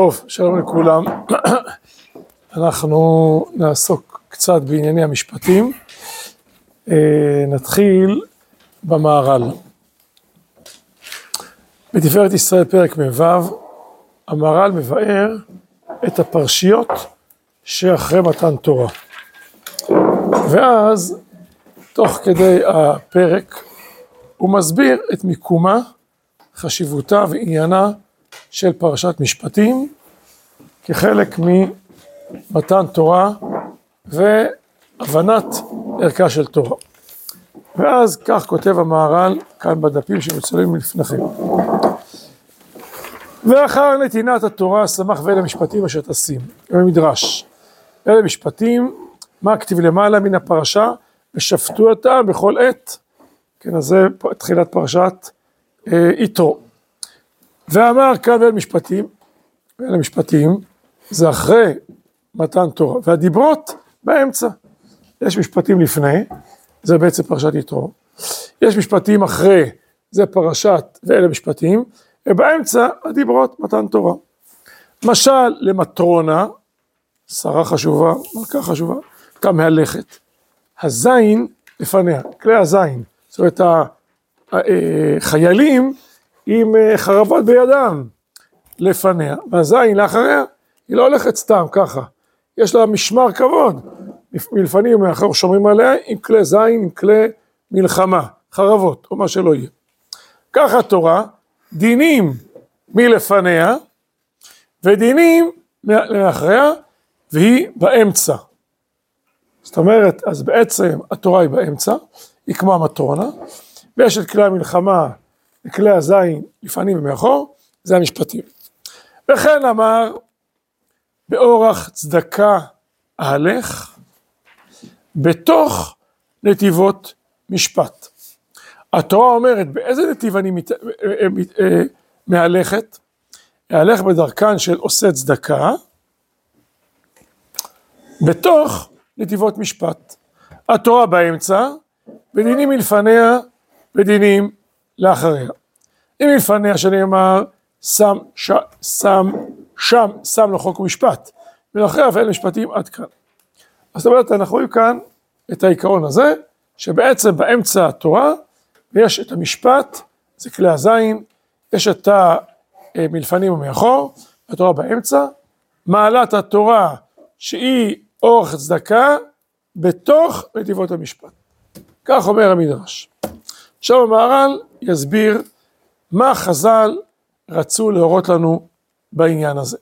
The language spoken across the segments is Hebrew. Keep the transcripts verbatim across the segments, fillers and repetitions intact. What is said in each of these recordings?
טוב, שלום לכולם. אנחנו נעסוק קצת בענייני המשפטים. נתחיל במהר"ל. בתפארת ישראל פרק מ"ו, המהר"ל מבאר את הפרשיות שאחרי מתן תורה. ואז, תוך כדי הפרק, הוא מסביר את מיקומה, חשיבותה ועניינה של פרשת משפטים, כחלק ממתן תורה והבנת ערכה של תורה. ואז כך כותב המהר"ל כאן בדפים שמצולמים לפניכם. ואחר נתינת התורה שמח ואלה משפטים אשר תשים, במדרש. אלה משפטים, מה כתיב למעלה מן הפרשה, ושפטו אותם בכל עת, כן, אז זה תחילת פרשת אה, יתרו. ואמר כאן ואלה משפטים, ואלה משפטים, זה אחרי מתן תורה, והדיברות באמצע. יש משפטים לפני, זה בעצם פרשת יתרו. יש משפטים אחרי, זה פרשת ואלה משפטים, ובאמצע הדיברות מתן תורה. משל למטרונה, שרה חשובה, מלכה חשובה, הייתה מהלכת. הזין לפניה, כלי הזין, זאת אומרת החיילים עם חרבות בידם לפניה, והזין לאחריה, היא לא הולכת סתם ככה, יש לה משמר כבוד, מלפנים ומאחור שומרים עליה עם כלי זין, עם כלי מלחמה, חרבות או מה שלא יהיה. ככה התורה, דינים מלפניה ודינים מאחריה, והיא באמצע. זאת אומרת, אז בעצם התורה היא באמצע, היא כמו המטרונה, ויש את כלי המלחמה, כלי הזין לפנים ומאחור, זה המשפטים. וכן אמר, באורח צדקה אהלך, בתוך נתיבות משפט. התורה אומרת, באיזה נתיב אני מת... מהלכת? אהלך בדרכן של עושה צדקה, בתוך נתיבות משפט. התורה באמצע, ודינים מלפניה, ודינים לאחריה. אם מלפניה שנאמר, שם, ש... שם, שם, שם לו חוק ומשפט, ולאחריה ואלה משפטים עד כאן. אז זאת אומרת, אנחנו רואים כאן את העיקרון הזה, שבעצם באמצע התורה, ויש את המשפט, זה כלי הזין, יש את המלפנים ומאחור, התורה באמצע, מעלת התורה שהיא אורך צדקה, בתוך נתיבות המשפט. כך אומר המדרש. עכשיו המהר"ל יסביר מה חז"ל רצו להורות לנו בעניין הזה.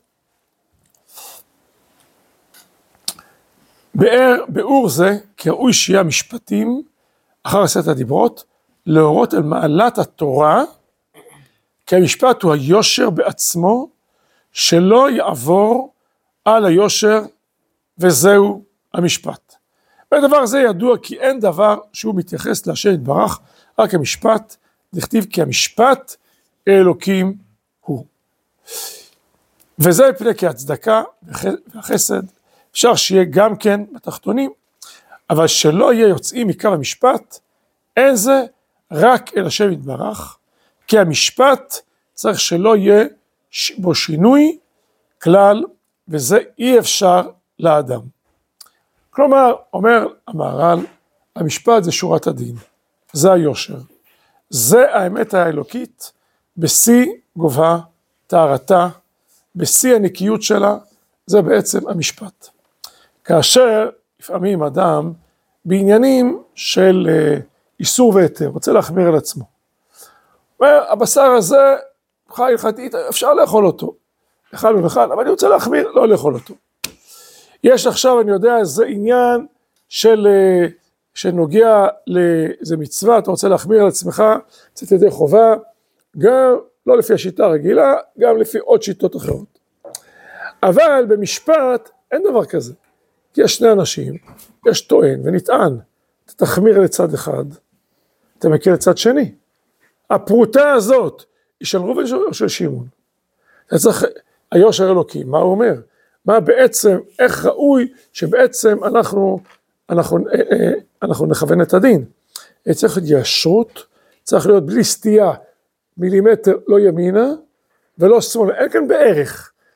באר, באור זה, כראוי שיהיה משפטים, אחר עשרת הדיברות, להורות על מעלת התורה, כי המשפט הוא היושר בעצמו, שלא יעבור על היושר, וזהו המשפט. והדבר זה ידוע כי אין דבר שהוא מתייחס להשם יתברך, רק המשפט, נכתיב כי המשפט האלוקים הוא. וזה מפני כי הצדקה והחסד, אפשר שיהיה גם כן בתחתונים, אבל שלא יהיה יוצאים מקו המשפט, אין זה רק אל השם יתברך, כי המשפט צריך שלא יהיה בו שינוי כלל, וזה אי אפשר לאדם. כלומר, אומר המהר"ל, המשפט זה שורת הדין, זה היושר, זה האמת האלוקית, בשיא גובה טהרתה, בשיא הנקיות שלה, זה בעצם המשפט. כאשר לפעמים אדם בעניינים של איסור והיתר, רוצה להחמיר על עצמו. הבשר הזה, חי הלכתית, אפשר לאכול אותו, אחד ובכלל, אבל אני רוצה להחמיר, לא לאכול אותו. יש עכשיו, אני יודע, זה עניין של, שנוגע לאיזה מצווה, אתה רוצה להחמיר על עצמך, קצת ידי חובה, גם לא לפי השיטה הרגילה, גם לפי עוד שיטות אחרות. אבל במשפט אין דבר כזה, כי יש שני אנשים, יש טוען ונטען, אתה תחמיר לצד אחד, אתה מכיר לצד שני. הפרוטה הזאת היא של ראובן או של שמעון? אתה צריך, היושר אלוקים, מה הוא אומר? מה בעצם, איך ראוי שבעצם אנחנו, אנחנו, אנחנו נכוון את הדין. צריך להיות ישרות, צריך להיות בלי סטייה, מילימטר לא ימינה ולא שמאלה, אין כאן בערך.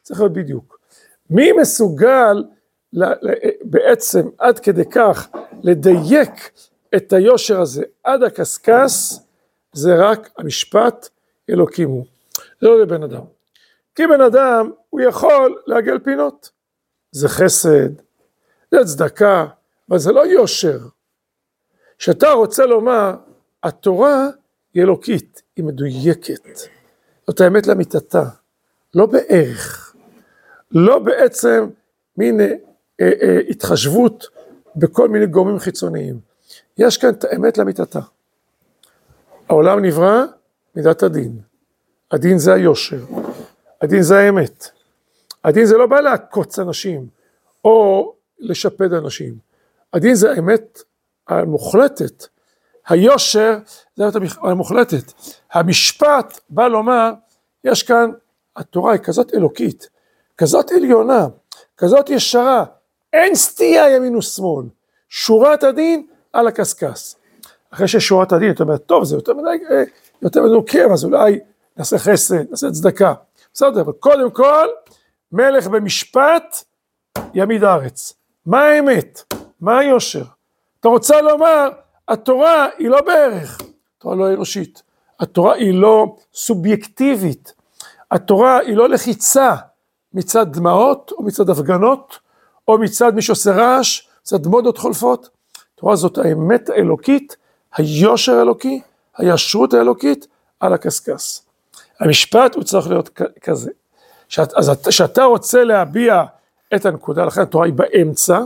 צריך להיות בדיוק. מי מסוגל בעצם עד כדי כך לדייק את היושר הזה עד הקסקס, זה רק המשפט אלוקים הוא, זה לא לבן אדם. כי בן אדם הוא יכול לעגל פינות, זה חסד, זה צדקה, אבל זה לא יושר. שאתה רוצה לומר, התורה היא אלוקית, היא מדויקת, זאת האמת לאמיתתה, לא בערך, לא בעצם מין אה, אה, התחשבות בכל מיני גורמים חיצוניים. יש כאן את האמת לאמיתתה. העולם נברא מידת הדין. הדין זה היושר. הדין זה האמת. הדין זה לא בא לעקוץ אנשים או לשפד אנשים. הדין זה האמת המוחלטת. היושר זה האמת המוחלטת. המשפט בא לומר, יש כאן, התורה היא כזאת אלוקית, כזאת עליונה, כזאת ישרה, אין סטייה ימין ושמאל. שורת הדין על הקסקס. אחרי ששורת הדין, אתה אומר, טוב, זה יותר מדי, יותר מדי נוקב, אז אולי נעשה חסד, נעשה צדקה. בסדר, אבל קודם כל, מלך במשפט, ימיד הארץ. מה האמת? מה היושר? אתה רוצה לומר, התורה היא לא בערך, התורה לא אנושית, התורה היא לא סובייקטיבית, התורה היא לא לחיצה מצד דמעות, או מצד הפגנות, או מצד מי שעושה רעש, מצד מודות חולפות. התורה זאת האמת האלוקית, היושר האלוקי, הישרות האלוקית, על הקסקס. המשפט הוא צריך להיות כזה. שאת, אז שאתה רוצה להביע את הנקודה, לכן התורה היא באמצע,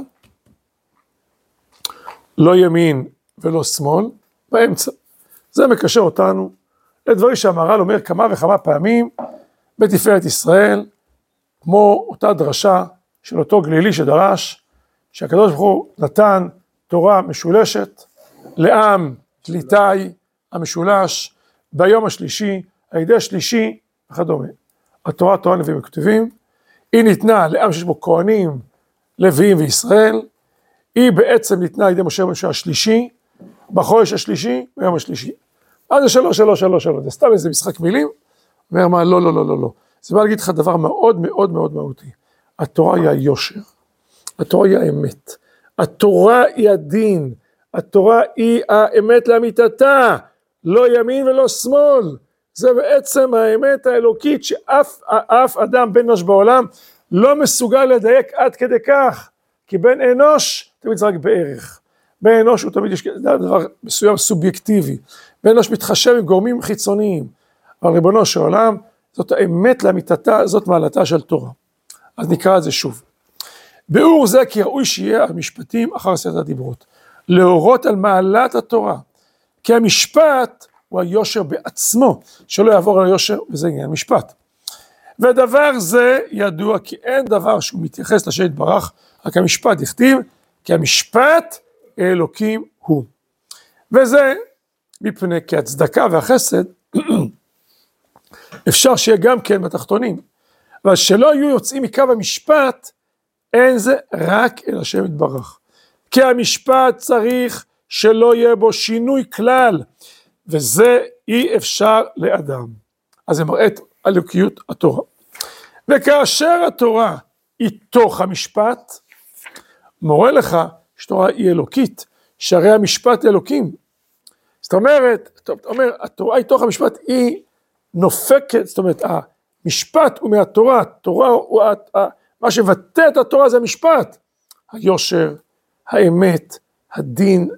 לא ימין ולא שמאל, באמצע. זה מקשר אותנו לדברים שהמהר"ל אומר כמה וכמה פעמים בתפארת ישראל, כמו אותה דרשה של אותו גלילי שדרש, שהקדוש ברוך הוא נתן תורה משולשת לעם ליטאי המשולש ביום השלישי, על ידי השלישי וכדומה. התורה, תורה נביאים וכתובים, היא ניתנה לעם שיש בו כהנים, לוויים וישראל, היא בעצם ניתנה על ידי משה רבנו השלישי, בחודש השלישי, ביום השלישי. אז זה שלוש, שלוש, שלוש, שלוש, זה סתם איזה משחק מילים, אומר מה, לא, לא, לא, לא, לא. זה בא להגיד לך דבר מאוד מאוד מאוד מהותי. התורה היא היושר, התורה היא האמת, התורה היא הדין, התורה היא האמת לאמיתתה, לא ימין ולא שמאל. זה בעצם האמת האלוקית שאף אף אדם בן אנוש בעולם לא מסוגל לדייק עד כדי כך, כי בן אנוש תמיד זה רק בערך. בן אנוש הוא תמיד יש דבר מסוים סובייקטיבי, בן אנוש מתחשב עם גורמים חיצוניים, אבל ריבונו של עולם, זאת האמת לאמיתתה, זאת מעלתה של תורה. אז נקרא את זה שוב. ביאור זה כי ראוי שיהיה המשפטים אחר עשרת הדיברות, להורות על מעלת התורה, כי המשפט הוא היושר בעצמו, שלא יעבור על היושר, וזה עניין משפט. ודבר זה ידוע כי אין דבר שהוא מתייחס לשם יתברך, רק המשפט יכתיב, כי המשפט אלוקים הוא. וזה מפני כי הצדקה והחסד, אפשר שיהיה גם כן בתחתונים, אבל שלא יהיו יוצאים מקו המשפט, אין זה רק אל השם יתברך. כי המשפט צריך שלא יהיה בו שינוי כלל, וזה אי אפשר לאדם. אז זה מראה את אלוקיות התורה. וכאשר התורה היא תוך המשפט, מורה לך שתורה היא אלוקית, שהרי המשפט אלוקים. זאת אומרת, טוב, אתה אומר, התורה היא תוך המשפט, היא נופקת, זאת אומרת, המשפט הוא מהתורה, התורה הוא, מה שבטא את התורה זה המשפט. היושר, האמת, הדין,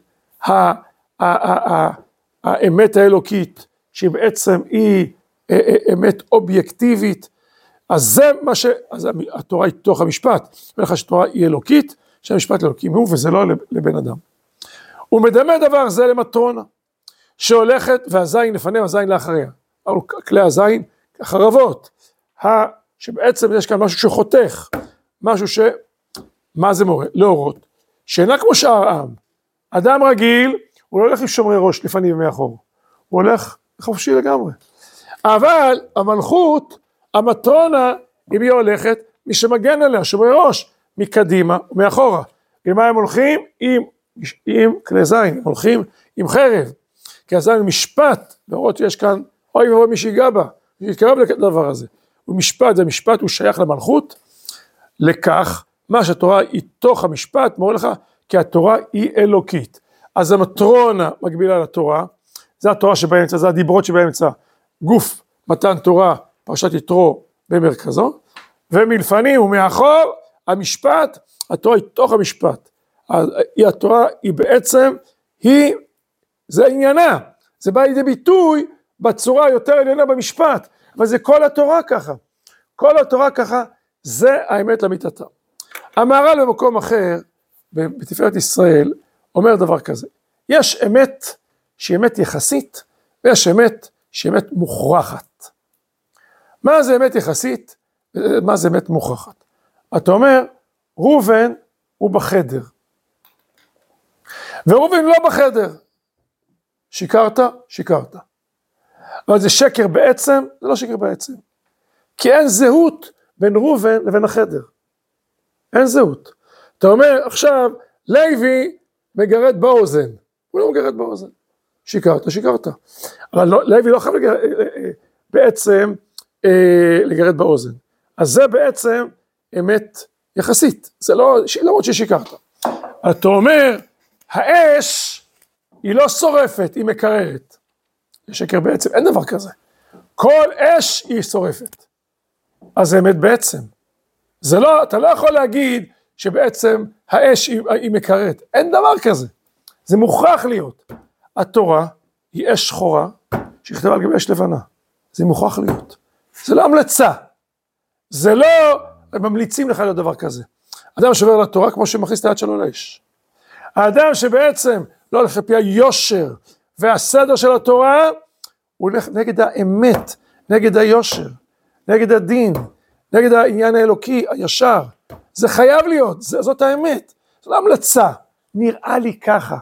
האמת האלוקית, שהיא בעצם היא אמת אובייקטיבית, אז זה מה ש... אז התורה היא תוך המשפט, ולכן שהתורה היא אלוקית, שהמשפט אלוקים הוא, וזה לא לבן אדם. הוא מדמה דבר זה למטרונה, שהולכת והזין לפניה והזין לאחריה. כלי הזין החרבות, שבעצם יש כאן משהו שחותך, משהו ש... מה זה מורה? להורות, שאינה כמו שאר העם. אדם רגיל, הוא לא הולך עם שומרי ראש לפנים ומאחור, הוא הולך חופשי לגמרי. אבל המלכות, המטרונה, אם היא הולכת, מי שמגן עליה, שומרי ראש, מקדימה ומאחורה. למה הם הולכים? עם, עם כלי זין, הם הולכים עם חרב. כי הזין הוא משפט, לראות שיש כאן, אוי ואוי מי שיגע בה, מי שיתקרב לדבר הזה. ומשפט, זה משפט, הוא שייך למלכות, לכך, מה שהתורה היא תוך המשפט, מורה לך, כי התורה היא אלוקית. אז המטרונה מקבילה לתורה, זה התורה שבאמצע, זה הדיברות שבאמצע, גוף מתן תורה, פרשת יתרו במרכזו, ומלפנים ומאחור, המשפט, התורה היא תוך המשפט. היא התורה היא בעצם, היא, זה עניינה, זה בא לידי ביטוי בצורה יותר עליונה במשפט, אבל זה כל התורה ככה, כל התורה ככה, זה האמת לאמיתתה. המהר"ל במקום אחר, בתפארת ישראל, אומר דבר כזה, יש אמת שהיא אמת יחסית, ויש אמת שהיא אמת מוכרחת. מה זה אמת יחסית? מה זה אמת מוכרחת? אתה אומר, ראובן הוא בחדר, וראובן לא בחדר. שיקרת? שיקרת. אבל זה שקר בעצם? זה לא שקר בעצם. כי אין זהות בין ראובן לבין החדר. אין זהות. אתה אומר, עכשיו, לוי מגרד באוזן. הוא לא מגרד באוזן. שיקרת, שיקרת. אבל לא, לוי לא חייב לגרד, בעצם אה, לגרד באוזן. אז זה בעצם אמת יחסית. זה לא, למרות ששיקרת. אתה אומר, האש היא לא שורפת, היא מקררת. זה שקר בעצם, אין דבר כזה. כל אש היא שורפת. אז זה אמת בעצם. זה לא, אתה לא יכול להגיד שבעצם האש היא, היא מקררת. אין דבר כזה. זה מוכרח להיות. התורה היא אש שחורה, שכתבה על גבי אש לבנה. זה מוכרח להיות. זה לא המלצה. זה לא, הם ממליצים לך להיות דבר כזה. אדם שעובר לתורה כמו שמכניס את היד שלו לאש. האדם שבעצם לא הולך לפי היושר והסדר של התורה, הוא הולך נגד האמת, נגד היושר, נגד הדין, נגד העניין האלוקי, הישר. זה חייב להיות, זה, זאת האמת. זו לא המלצה, נראה לי ככה.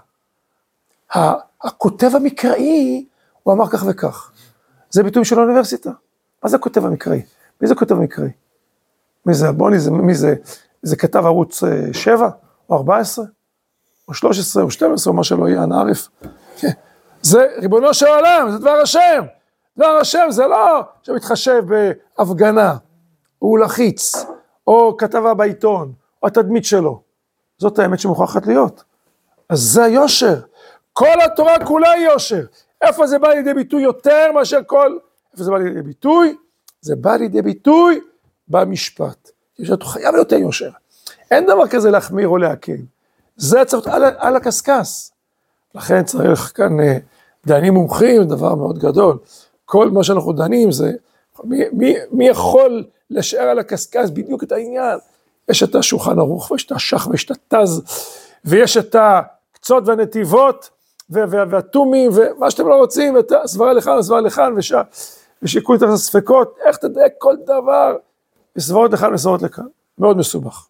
הכותב המקראי, הוא אמר כך וכך. זה ביטוי של האוניברסיטה. מה זה הכותב המקראי? מי זה הכותב המקראי? מי זה הבוני? זה, מי זה? זה כתב ערוץ שבע או ארבע עשרה? או שלוש עשרה או שתים עשרה, או מה שלא יהיה, הנערף. זה ריבונו של עולם, זה דבר השם. דבר השם זה לא שמתחשב בהפגנה, או לחיץ, או כתבה בעיתון, או התדמית שלו. זאת האמת שמוכרחת להיות. אז זה היושר. כל התורה כולה היא יושר. איפה זה בא לידי ביטוי יותר מאשר כל... איפה זה בא לידי ביטוי? זה בא לידי ביטוי במשפט. אתה חייב להיות יושר. אין דבר כזה להחמיר או להקל. זה צריך להיות על, על הקסקס. לכן צריך כאן דיינים מומחים, דבר מאוד גדול. כל מה שאנחנו דנים זה, מי, מי, מי יכול לשאר על הקסקס בדיוק את העניין? יש את השולחן ערוך, ויש את השח, ויש את התז, ויש את הקצות והנתיבות, והתומים, ומה שאתם לא רוצים, ואת הסברה לכאן, הסברה לכאן, ושיקול את הספקות, איך תדייק כל דבר, וסברות לכאן, וסברות לכאן. מאוד מסובך.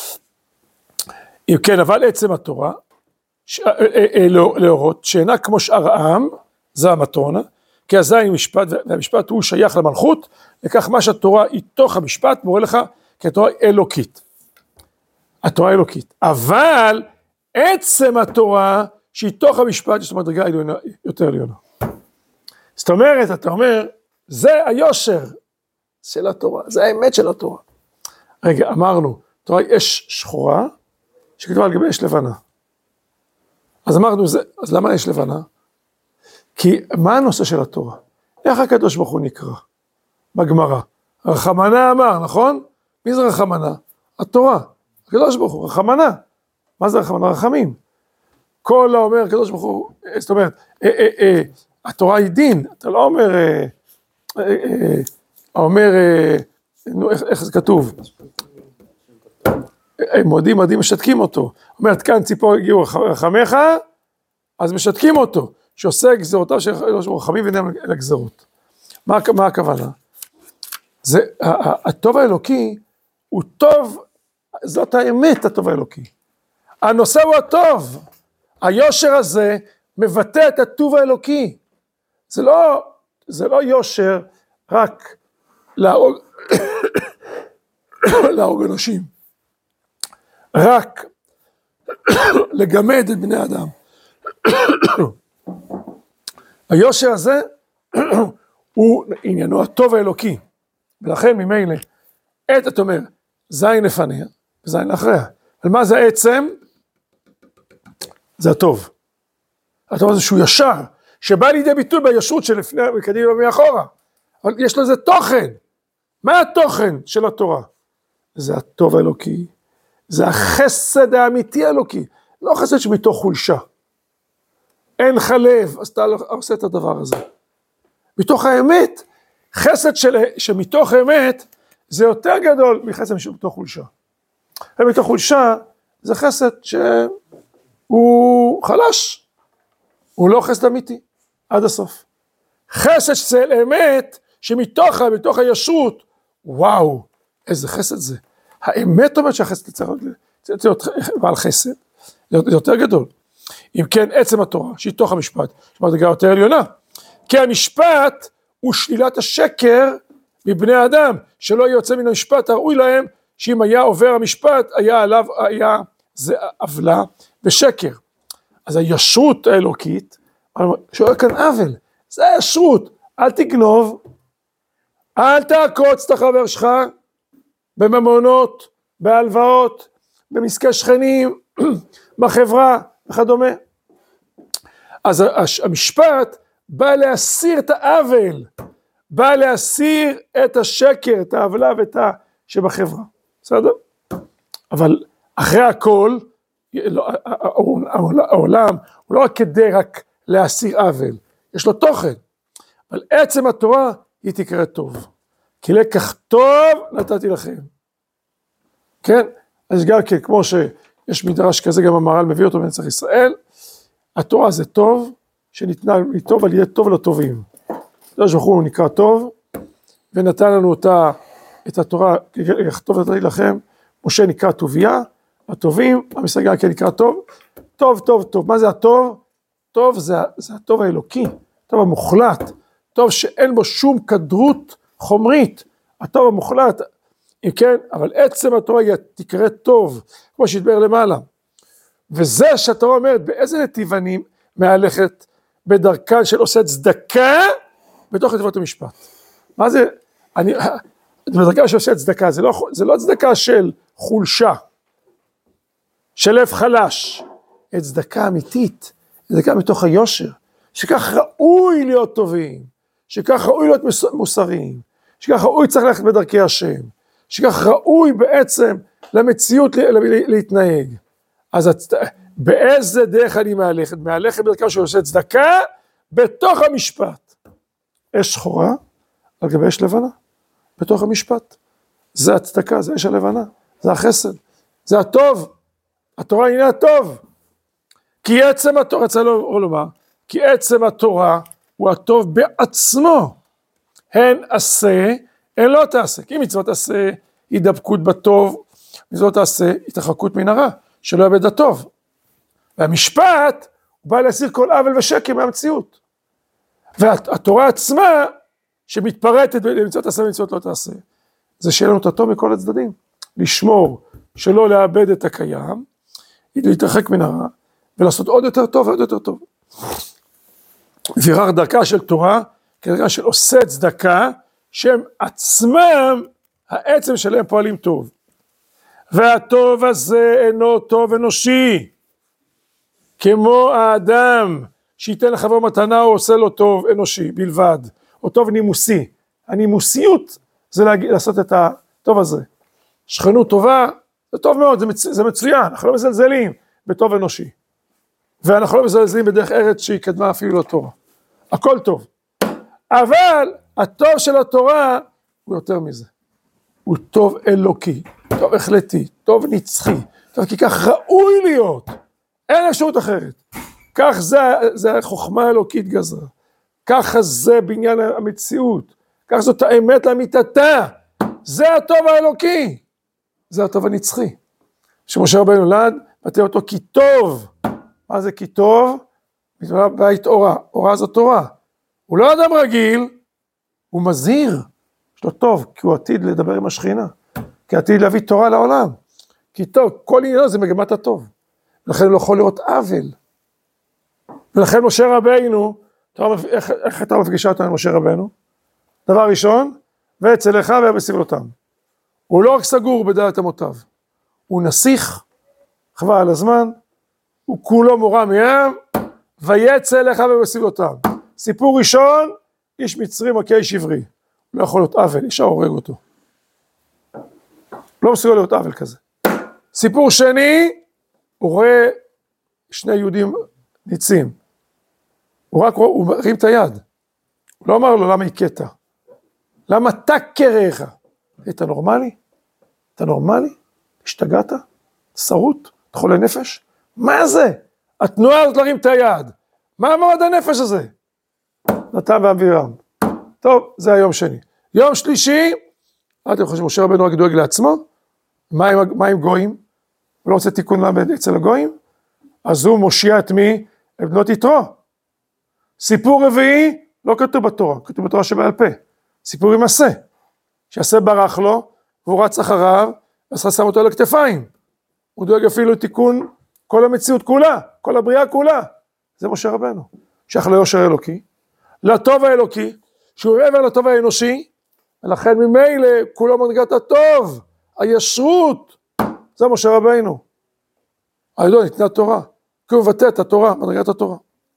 אם כן, אבל עצם התורה, להורות, שאינה כמו שאר העם, זה המטרונה, כי הזין משפט, והמשפט הוא שייך למלכות, לכך מה שהתורה היא תוך המשפט, מורה לך, כי התורה היא אלוקית. התורה היא אלוקית. אבל עצם התורה, שהיא תוך המשפט, יש מדרגה יותר עליונה. זאת אומרת, אתה אומר, זה היושר של התורה, זה האמת של התורה. רגע, אמרנו, התורה היא אש שחורה, שכתובה על גבי אש לבנה. אז אמרנו, זה, אז למה אש לבנה? כי מה הנושא של התורה? איך הקדוש ברוך הוא נקרא? בגמרא. רחמנה אמר, נכון? מי זה רחמנה? התורה. הקדוש ברוך הוא, רחמנה. מה זה רחמנה? רחמים. כל האומר, הקדוש ברוך הוא, זאת אומרת, אה, אה, אה, התורה היא דין. אתה לא אומר, אה, אה, אה, אומר, אה, נו, איך, איך זה כתוב? הם מודים, מודים, משתקים אותו. אומרת, כאן ציפור הגיעו רחמך, אז משתקים אותו. שעושה גזירותיו של רחמים ונהם לגזירות. מה, מה הכוונה? זה, הטוב האלוקי הוא טוב, זאת האמת הטוב האלוקי. הנושא הוא הטוב. היושר הזה מבטא את הטוב האלוקי. זה לא, זה לא יושר רק להרוג, להרוג אנשים. רק לגמד את בני אדם. היושר הזה הוא עניינו הטוב האלוקי. ולכן ממילא, עת אתה אומר, זין לפניה, וזין לאחריה. אבל מה זה עצם? זה הטוב. הטוב הזה שהוא ישר, שבא לידי ביטוי בישרות שלפני, מקדימה ומאחורה. אבל יש לזה תוכן. מה התוכן של התורה? זה הטוב האלוקי, זה החסד האמיתי האלוקי, לא חסד שמתוך חולשה. אין לך לב, אז אתה עושה את הדבר הזה. מתוך האמת, חסד של, שמתוך האמת, זה יותר גדול מחסד שמתוך חולשה. ומתוך חולשה, זה חסד שהוא חלש, הוא לא חסד אמיתי, עד הסוף. חסד של אמת, שמתוך, מתוך הישרות, וואו, איזה חסד זה. האמת אומרת שהחסד צריך להיות בעל חסד, זה יותר גדול. אם כן, עצם התורה, שהיא תוך המשפט, שמדרגה יותר עליונה. כי המשפט הוא שלילת השקר מבני האדם, שלא יוצא מן המשפט הראוי להם, שאם היה עובר המשפט, היה עליו, היה זה עוולה ושקר. אז הישרות האלוקית, שואל כאן עוול, זה הישרות, אל תגנוב, אל תעקוץ את החבר שלך, בממונות, בהלוואות, במסכי שכנים, בחברה וכדומה. אז המשפט בא להסיר את העוול, בא להסיר את השקר, את העוולה ואת ה... שבחברה, בסדר? אבל אחרי הכל, העולם הוא לא רק כדי רק להסיר עוול, יש לו תוכן, אבל עצם התורה היא תקרא טוב, כי לקח טוב נתתי לכם. כן? אז גם כן, כמו שיש מדרש כזה, גם המהר"ל מביא אותו בנצח ישראל, התורה זה טוב, שניתנה טוב, אבל יהיה טוב לטובים. הקדוש ברוך הוא נקרא טוב, ונתן לנו אותה, את התורה, טוב נתתי לכם, משה נקרא טוביה, הטובים, עם ישראל גם כן נקרא טוב, טוב, טוב, טוב. מה זה הטוב? טוב זה, זה הטוב האלוקי, הטוב המוחלט, טוב שאין בו שום כדרות חומרית, הטוב המוחלט, אם כן, אבל עצם התורה היא תקרא טוב, כמו שהתבאר למעלה. וזה שהתורה אומרת, באיזה נתיבנים מהלכת בדרכן של עושה צדקה, בתוך נתיבות המשפט. מה זה? אני, בדרכן של עושה צדקה, זה לא, זה לא צדקה של חולשה, של לב חלש, את צדקה אמיתית, צדקה מתוך היושר, שכך ראוי להיות טובים, שכך ראוי להיות מוסריים, שכך ראוי צריך ללכת בדרכי השם, שכך ראוי בעצם למציאות להתנהג. אז באיזה דרך אני מהלכת? מהלכת בדרכם של עושה צדקה, בתוך המשפט. אש שחורה, על גבי אש לבנה, בתוך המשפט. זה הצדקה, זה אש הלבנה, זה החסד, זה הטוב. התורה היא הטוב. כי עצם התורה, רוצה לומר, כי עצם התורה הוא הטוב בעצמו. הן עשה, הן לא תעשה. כי מצוות עשה הידבקות בטוב, מצוות תעשה התרחקות מן הרע, שלא יאבד הטוב. והמשפט הוא בא להסיר כל עוול ושקר מהמציאות. והתורה עצמה, שמתפרטת במצוות עשה ומצוות לא תעשה, זה שיהיה לנו את הטוב מכל הצדדים. לשמור שלא לאבד את הקיים, להתרחק מן הרע, ולעשות עוד יותר טוב ועוד יותר טוב. וירח דרכה של תורה, כדרכה של עושה צדקה, שהם עצמם, העצם שלהם פועלים טוב. והטוב הזה אינו טוב אנושי, כמו האדם שייתן לחברו מתנה, הוא עושה לו טוב אנושי בלבד, או טוב נימוסי. הנימוסיות זה להגיד, לעשות את הטוב הזה. שכנות טובה, זה טוב מאוד, זה, מצ... זה מצוין, אנחנו לא מזלזלים בטוב אנושי. ואנחנו לא מזלזלים בדרך ארץ שהיא קדמה אפילו לתורה. הכל טוב. אבל הטוב של התורה הוא יותר מזה. הוא טוב אלוקי, טוב החלטי, טוב נצחי, טוב כי כך ראוי להיות. אין אפשרות אחרת. כך זה, זה החוכמה האלוקית גזרה. ככה זה בניין המציאות. כך זאת האמת לאמיתתה. זה הטוב האלוקי. זה הטוב הנצחי. שמשה רבנו נולד, ותראה אותו כי טוב. מה זה כי טוב? בית אורה. אורה זו תורה. הוא לא אדם רגיל, הוא מזהיר. יש לו טוב, כי הוא עתיד לדבר עם השכינה. כי עתיד להביא תורה לעולם. כי טוב, כל עניין זה מגמת הטוב. ולכן הוא לא יכול לראות עוול. ולכן משה רבנו, איך, איך אתה מפגישה אותנו עם משה רבנו? דבר ראשון, ואצל אחיו ובסבלותם. הוא לא רק סגור בדעת אמותיו, הוא נסיך, חבל על הזמן, הוא כולו מורם מים, ויצא אליך ובסבלותם. סיפור ראשון, איש מצרי מכה איש עברי. לא יכול להיות עוול, אישה הורג אותו. לא מסוגל להיות עוול כזה. סיפור שני, הוא רואה שני יהודים ניצים. הוא רק רואה, הוא מרים את היד. הוא לא אמר לו למה הכית. למה תקרח? אתה נורמלי? אתה נורמלי? השתגעת? שרוט? אתה חולה נפש? מה זה? התנועה הזאת להרים את היד. מה מורד הנפש הזה? נתן ואבירם. טוב, זה היום שני. יום שלישי, אתם חושבים, משה רבנו רק דואג לעצמו? מה עם, מה עם גויים? הוא לא רוצה תיקון מה אצל הגויים? אז הוא מושיע את מי? את בנות יתרו. סיפור רביעי, לא כתוב בתורה, כתוב בתורה שבעל פה. סיפור עם עשה. שעשה ברח לו, והוא רץ אחריו, אז שם אותו על הכתפיים. הוא דואג אפילו לתיקון כל המציאות כולה, כל הבריאה כולה. זה משה רבנו. שייך ליושר אלוקי, לטוב האלוקי, שהוא מעבר לטוב האנושי, ולכן ממילא כולו מדרגת הטוב, הישרות, זה משה רבנו. הידוע ניתנה תורה, כי הוא מבטא את התורה, מדרגת התורה.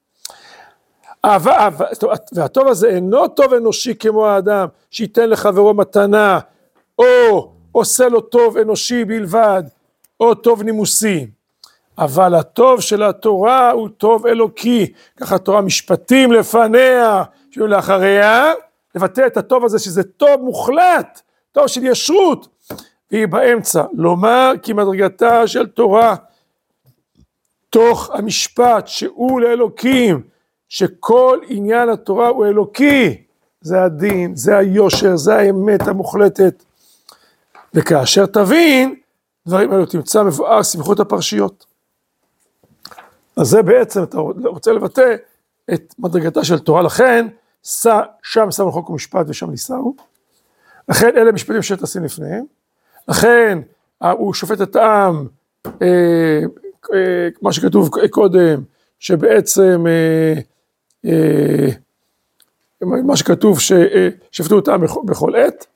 והטוב הזה אינו טוב אנושי כמו האדם, שייתן לחברו מתנה, או עושה לו טוב אנושי בלבד, או טוב נימוסי. אבל הטוב של התורה הוא טוב אלוקי, ככה התורה משפטים לפניה, שיהיו לאחריה, לבטא את הטוב הזה שזה טוב מוחלט, טוב של ישרות, והיא באמצע, לומר כי מדרגתה של תורה, תוך המשפט שהוא לאלוקים, שכל עניין התורה הוא אלוקי, זה הדין, זה היושר, זה האמת המוחלטת, וכאשר תבין, דברים האלו תמצא מבואר סמכות הפרשיות. אז זה בעצם, אתה רוצה לבטא את מדרגתה של תורה, לכן, שם שם חוק ומשפט ושם ניסהו, לכן אלה משפטים שתשים לפניהם, לכן הוא שופט את העם, אה, אה, מה שכתוב קודם, שבעצם, אה, אה, מה שכתוב ששפטו את העם בכל עת,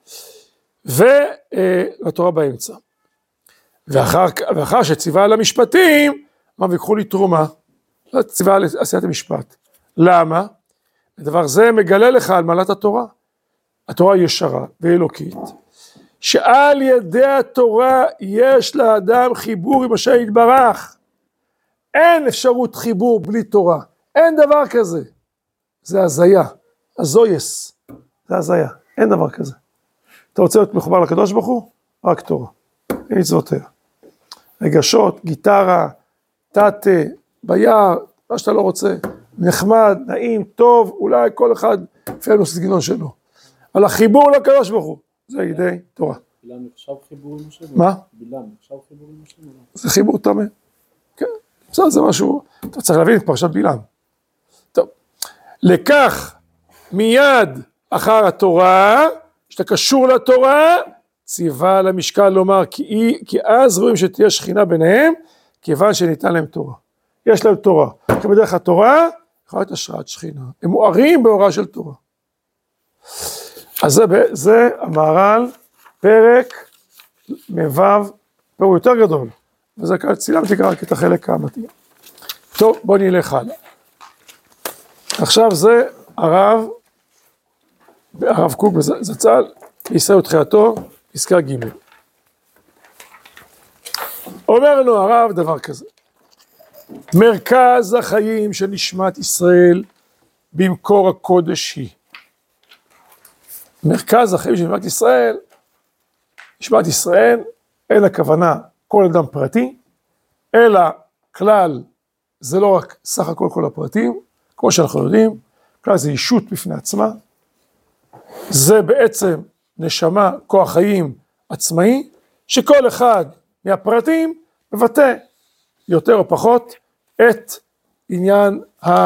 ולתורה באמצע. ואחר, ואחר שציווה על המשפטים, מה ויקחו לי תרומה, ציווה על עשיית המשפט. למה? הדבר זה מגלה לך על מעלת התורה. התורה ישרה ואלוקית, שעל ידי התורה יש לאדם חיבור עם השם יתברך. אין אפשרות חיבור בלי תורה, אין דבר כזה. זה הזיה, הזויס, זה הזיה, אין דבר כזה. אתה רוצה להיות מחובר לקדוש ברוך הוא? רק תורה, אין מצוותיה. רגשות, גיטרה, תתה, ביער, מה שאתה לא רוצה, נחמד, נעים, טוב, אולי כל אחד אפילו סגנון שלו. אבל החיבור לקדוש ברוך הוא, זה ידי תורה. בלעם נחשב חיבור עם השם? מה? בלעם נחשב חיבור עם השם? זה חיבור תמה. כן, בסדר, זה משהו, אתה צריך להבין את פרשת בלעם. טוב, לקח מיד אחר התורה, שאתה קשור לתורה, ציווה על המשקל לומר, כי, כי אז רואים שתהיה שכינה ביניהם, כיוון שניתן להם תורה. יש להם תורה. כי בדרך התורה, יכולה להיות השראת שכינה. הם מוארים בהוראה של תורה. אז זה, זה המהר"ל, פרק מבב, פרק יותר גדול. וזה כאן צילמתי רק את החלק המתאים. טוב, בוא נלך הלאה. עכשיו זה הרב, הרב קוק זצ"ל, ישראל ותחייתו, פסקה ג'. אומר לנו הרב דבר כזה, מרכז החיים של נשמת ישראל במקור הקודש היא. מרכז החיים של נשמת ישראל, נשמת ישראל, אין הכוונה כל אדם פרטי, אלא כלל זה לא רק סך הכל כל הפרטים, כמו שאנחנו יודעים, כלל זה ישות בפני עצמה, זה בעצם נשמה, כוח חיים עצמאי, שכל אחד מהפרטים מבטא יותר או פחות את עניין, ה,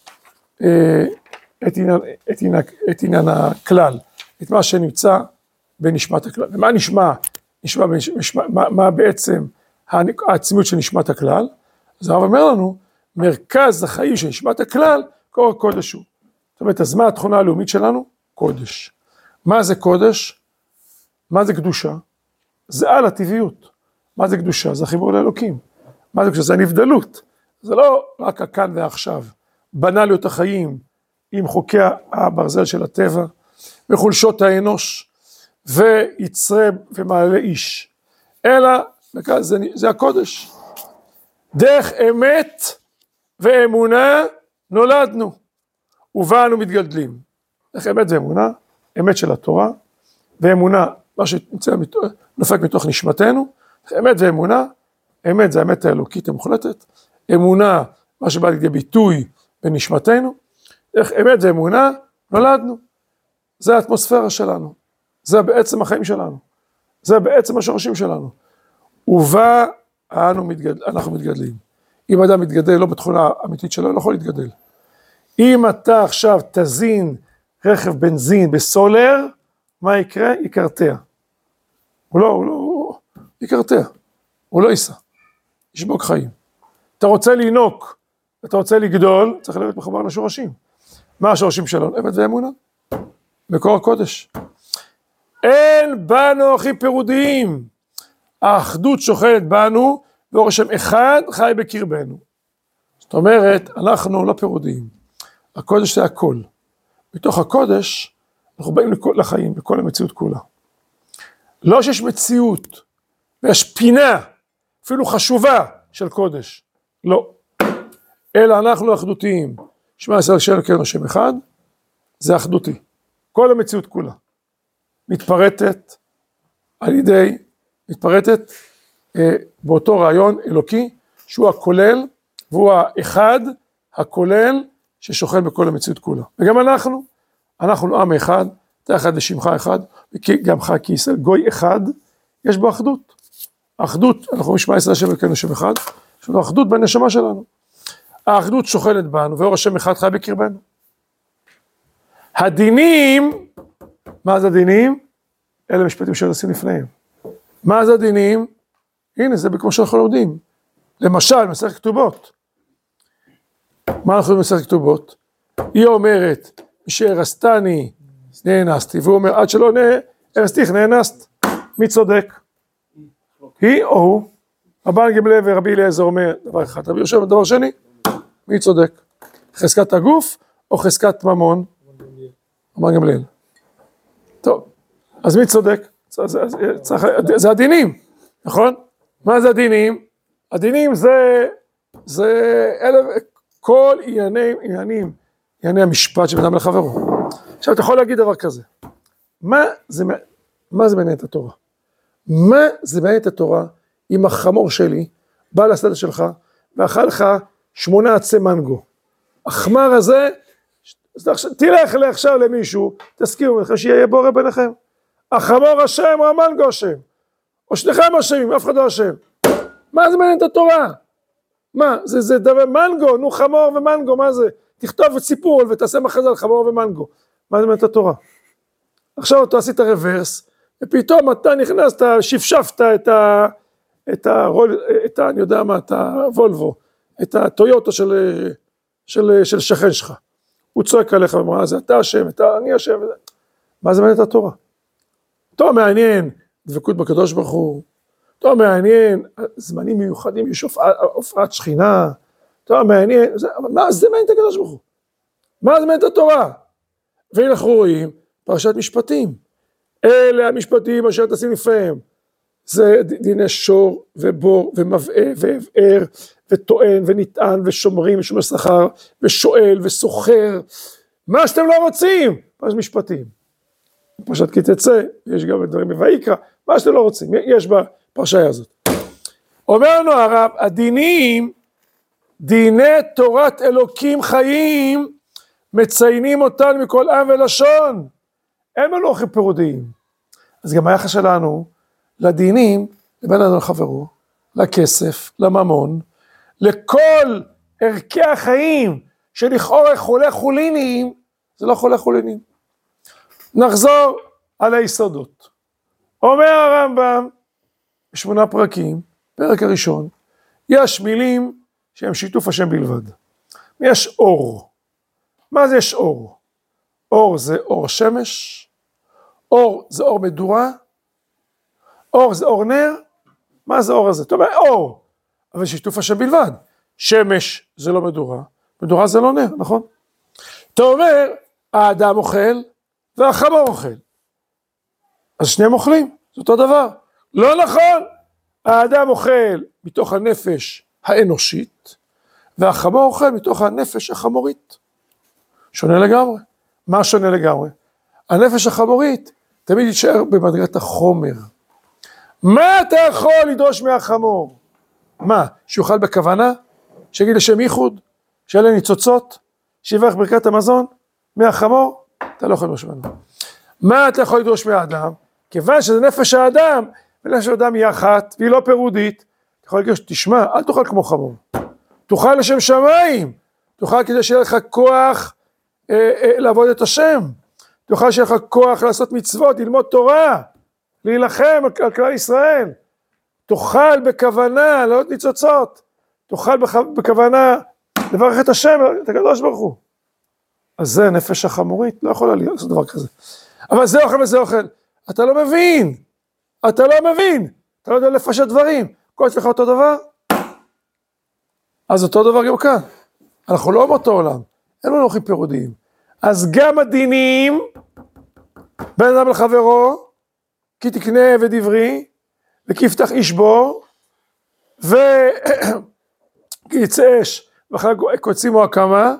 את עניין, את עניין, את עניין הכלל, את מה שנמצא בנשמת הכלל. ומה נשמע, נשמע, נשמע מה, מה בעצם העצמיות של נשמת הכלל? אז הרב אומר לנו, מרכז החיים של נשמת הכלל, קור הקודש הוא. זאת אומרת, אז מה התכונה הלאומית שלנו? קודש. מה זה קודש? מה זה קדושה? זה על הטבעיות. מה זה קדושה? זה החיבור לאלוקים. מה זה קדושה? זה הנבדלות. זה לא רק הכאן ועכשיו. בנליות החיים עם חוקי הברזל של הטבע, וחולשות האנוש, ויצרה ומעלה איש. אלא, זה, זה הקודש. דרך אמת ואמונה נולדנו, ובאנו מתגדלים. דרך אמת ואמונה, אמת של התורה, ואמונה, מה שנופק מתוך נשמתנו, אמת ואמונה, אמת זה האמת האלוקית המוחלטת, אמונה, מה שבא לידי ביטוי בנשמתנו, דרך אמת ואמונה נולדנו. זה האטמוספירה שלנו, זה בעצם החיים שלנו, זה בעצם השורשים שלנו. ובה אנו מתגדל, אנחנו מתגדלים. אם אדם מתגדל לא בתכונה האמיתית שלו, לא יכול להתגדל. אם אתה עכשיו תזין רכב בנזין בסולר, מה יקרה? יקרטע. הוא לא, הוא לא, יקרטע. הוא לא ייסע. ישבוק חיים. אתה רוצה לינוק, אתה רוצה לגדול, צריך להיות מחובר לשורשים. מה השורשים שלנו? אמת ואמונה. מקור הקודש. אין בנו אחים פירודיים. האחדות שוכנת בנו, ואור השם אחד חי בקרבנו. זאת אומרת, אנחנו לא פירודיים. הקודש זה הכל. מתוך הקודש, אנחנו באים לכל, לחיים, לכל המציאות כולה. לא שיש מציאות, ויש פינה, אפילו חשובה של קודש. לא. אלא אנחנו אחדותיים. שמע ישראל שאלה כן השם אחד, זה אחדותי. כל המציאות כולה. מתפרטת על ידי, מתפרטת אה, באותו רעיון אלוקי, שהוא הכולל, והוא האחד, הכולל, ששוכן בכל המציאות כולה. וגם אנחנו, אנחנו עם אחד, תחת לשמך אחד, וגם לך כישראל, גוי אחד, יש בו אחדות. האחדות, אנחנו משמע ישראל השם אלוקינו השם אחד, יש לנו אחדות בנשמה שלנו. האחדות שוכנת בנו, ואור השם אחד חי בקרבנו. הדינים, מה זה הדינים? אלה משפטים שעושים לפניהם. מה זה הדינים? הנה, זה כמו שאנחנו לומדים. למשל, מסכת כתובות. מה אנחנו במסכת כתובות? היא אומרת, משהרסתני נאנסתי, והוא אומר, עד שלא הרסתיך נאנסת. מי צודק? היא או הוא? רבן גמליאל ורבי אליעזר אומר דבר אחד, רבי יהושע דבר שני, מי צודק? חזקת הגוף או חזקת ממון? רבן גמליאל. טוב, אז מי צודק? זה הדינים, נכון? מה זה הדינים? הדינים זה, זה אלה, כל עניינים, עניינים, ענייני המשפט שבן לחברו. עכשיו אתה יכול להגיד דבר כזה, מה זה, מה זה מעניין את התורה? מה זה מעניין את התורה אם החמור שלי בא לשדה שלך ואכל לך שמונה עצי מנגו? החמר הזה, תלך עכשיו למישהו, תסכימו לכם שיהיה בורא ביניכם. החמור אשם או המנגו אשם? או שניכם אשמים, אף אחד לא אשם. מה זה מעניין את התורה? מה? זה, זה דבר מנגו, נו חמור ומנגו, מה זה? תכתוב את סיפור ותעשה מחזה על חמור ומנגו. מה זה מעניין את התורה? עכשיו אתה עשית רוורס, ופתאום אתה נכנסת, שפשפת את ה... את ה... את ה... אני יודע מה, את הוולבו, את הטויוטו של, של, של שכן שלך. הוא צועק עליך ואומר, זה אתה אשם, אתה, אני אשם. מה זה מעניין את התורה? אותו מעניין דבקות בקדוש ברוך הוא, אותו מעניין זמנים מיוחדים, יש הופעת שכינה, אותו מעניין, זה, אבל מה זה מעניין את הקדוש ברוך הוא? מה זה מעניין את התורה? ואנחנו רואים פרשת משפטים, אלה המשפטים אשר תשים לפניהם, זה דיני שור ובור ומבעה והבער וטוען ונטען ושומרים ושומר שכר ושואל וסוחר, מה שאתם לא רוצים, פרשת משפטים. פרשת כי תצא, יש גם דברים בויקרא, מה שאתם לא רוצים, יש בפרשיה הזאת. אומר לנו הרב, הדינים, דיני תורת אלוקים חיים, מציינים אותן מכל עם ולשון, אין לנו אחים פירודיים. אז גם היחס שלנו לדינים, לבין אדם לחברו, לכסף, לממון, לכל ערכי החיים שלכאורה חולי חוליניים, זה לא חולי חוליניים. נחזור על היסודות. אומר הרמב"ם, בשמונה פרקים, פרק הראשון, יש מילים שהם שיתוף השם בלבד. יש אור. מה זה יש אור? אור זה אור שמש, אור זה אור מדורה, אור זה אור נר, מה זה אור הזה? אתה אומר אור, אבל שיתוף השם בלבד, שמש זה לא מדורה, מדורה זה לא נר, נכון? אתה אומר, האדם אוכל והחמור אוכל, אז שניהם אוכלים, זה אותו דבר, לא נכון, האדם אוכל מתוך הנפש האנושית, והחמור אוכל מתוך הנפש החמורית, שונה לגמרי. מה שונה לגמרי? הנפש החמורית תמיד יישאר במדרגת החומר. מה אתה יכול לדרוש מהחמור? מה? שיוכל בכוונה? שיגיד לשם ייחוד? שיהיה לה ניצוצות? שיברך ברכת המזון? מהחמור? אתה לא יכול לדרוש ממנו. מה אתה יכול לדרוש מהאדם? כיוון שזה נפש האדם, ונפש האדם היא אחת, והיא לא פירודית, אתה יכול להגיד, תשמע, אל תאכל כמו חמור. תאכל לשם שמיים, תאכל כדי שיהיה לך כוח אה, אה, לעבוד את השם, תאכל שיהיה לך כוח לעשות מצוות, ללמוד תורה, להילחם על, על כלל ישראל, תאכל בכוונה, לעלות ניצוצות, תאכל בכ, בכוונה לברך את השם, את הקדוש ברוך הוא. אז זה נפש החמורית, לא יכולה לעשות דבר כזה. אבל זה אוכל וזה אוכל, אתה לא מבין, אתה לא מבין, אתה לא יודע לפשט דברים, כל אצלך אותו דבר, אז אותו דבר גם כאן, אנחנו לא מאותו עולם, אין לנו אורחים פירודיים, אז גם הדינים, בין אדם לחברו, כי תקנה ודברי, וכי יפתח איש בור, וכי יצא אש, ואחר קוצים או הקמה,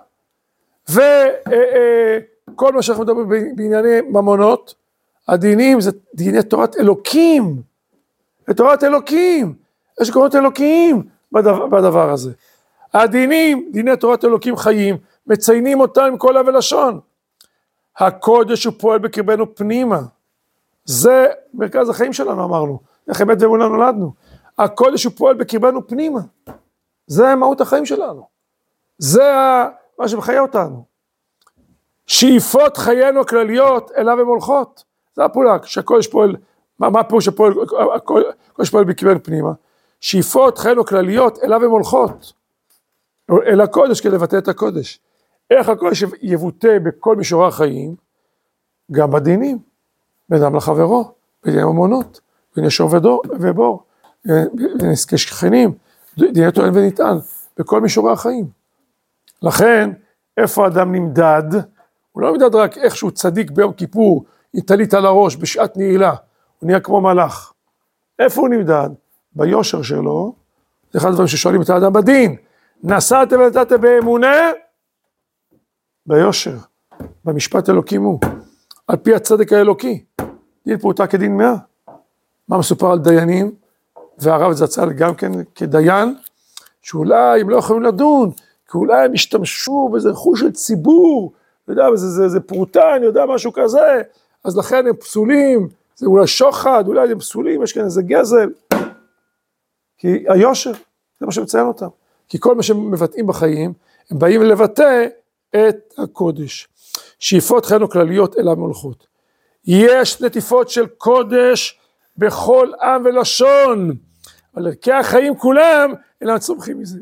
וכל מה שאנחנו מדברים בענייני ממונות, הדינים זה דיני תורת אלוקים, תורת אלוקים, יש קורות אלוקיים בדבר, בדבר הזה. הדינים, דיני תורת אלוקים חיים, מציינים אותם עם כל לב ולשון. הקודש הוא פועל בקרבנו פנימה, זה מרכז החיים שלנו אמרנו, איך אמת ואמונה נולדנו. הקודש הוא פועל בקרבנו פנימה, זה מהות החיים שלנו, זה מה שמחיה אותנו. שאיפות חיינו הכלליות אליו הם הולכות, זה הפעולה, שהקודש פועל, מה, מה הפעול שפועל, הקודש פועל בקרבנו פנימה, שאיפות חיינו הכלליות אליו הם הולכות, אל הקודש כדי לבטא את הקודש. איך הקודש יבוטא בכל מישורי החיים? גם בדינים, בין אדם לחברו, בדיני ממונות, בין ישור ודור, ובור, בנזקי שכנים, דיני טוען וניתן, בכל מישורי החיים. לכן, איפה האדם נמדד? הוא לא נמדד רק איך שהוא צדיק ביום כיפור, יתלית על הראש בשעת נעילה, הוא נהיה כמו מלאך. איפה הוא נמדד? ביושר שלו, זה אחד הדברים ששואלים את האדם בדין, נסעתם ונתתם באמונה, ביושר, במשפט אלוקים הוא, על פי הצדק האלוקי, דין פרוטה כדין מאה. מה מסופר על דיינים, והרב זצ"ל גם כן כדיין, שאולי הם לא יכולים לדון, כי אולי הם השתמשו באיזה רכוש של ציבור, יודע, זה, זה, זה פרוטה, אני יודע, משהו כזה, אז לכן הם פסולים, זה אולי שוחד, אולי הם פסולים, יש כאן איזה גזל, כי היושר, זה מה שמציין אותם, כי כל מה שהם מבטאים בחיים, הם באים לבטא את הקודש. שאיפות חיינו כלליות אליו מולכות. יש נטיפות של קודש בכל עם ולשון, אבל ערכי החיים כולם אינם צומחים מזה.